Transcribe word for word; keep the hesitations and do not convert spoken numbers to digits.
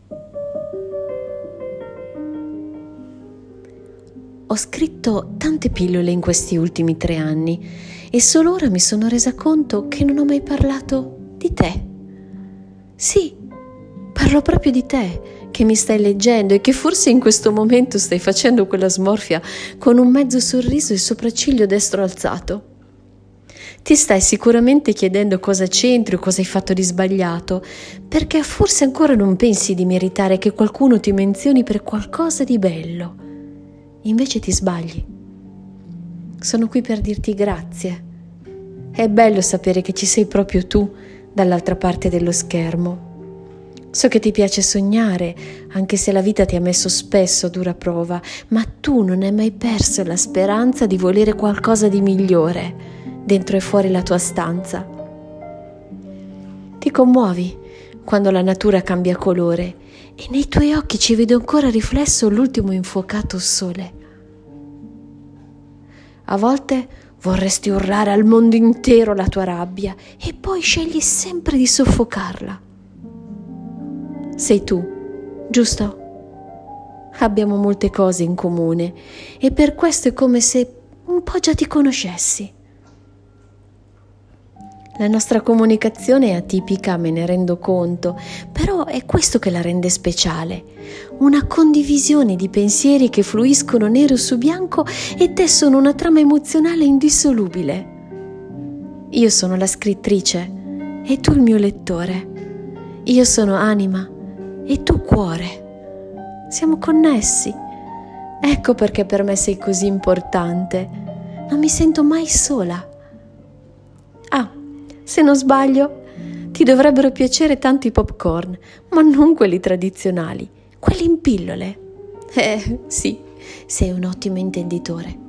Ho scritto tante pillole in questi ultimi tre anni e solo ora mi sono resa conto che non ho mai parlato di te. Sì, parlo proprio di te, che mi stai leggendo e che forse in questo momento stai facendo quella smorfia con un mezzo sorriso e il sopracciglio destro alzato. Ti stai sicuramente chiedendo cosa c'entri o cosa hai fatto di sbagliato, perché forse ancora non pensi di meritare che qualcuno ti menzioni per qualcosa di bello. Invece ti sbagli. Sono qui per dirti grazie. È bello sapere che ci sei proprio tu dall'altra parte dello schermo. So che ti piace sognare, anche se la vita ti ha messo spesso a dura prova, ma tu non hai mai perso la speranza di volere qualcosa di migliore dentro e fuori la tua stanza. Ti commuovi quando la natura cambia colore e nei tuoi occhi ci vedo ancora riflesso l'ultimo infuocato sole. A volte vorresti urlare al mondo intero la tua rabbia e poi scegli sempre di soffocarla. Sei tu, giusto? Abbiamo molte cose in comune e per questo è come se un po' già ti conoscessi. La nostra comunicazione è atipica, me ne rendo conto, però è questo che la rende speciale. Una condivisione di pensieri che fluiscono nero su bianco e tessono una trama emozionale indissolubile. Io sono la scrittrice e tu il mio lettore. Io sono anima e tu cuore. Siamo connessi. Ecco perché per me sei così importante. Non mi sento mai sola. Ah, se non sbaglio, ti dovrebbero piacere tanto i popcorn, ma non quelli tradizionali, quelli in pillole. Eh, sì, sei un ottimo intenditore.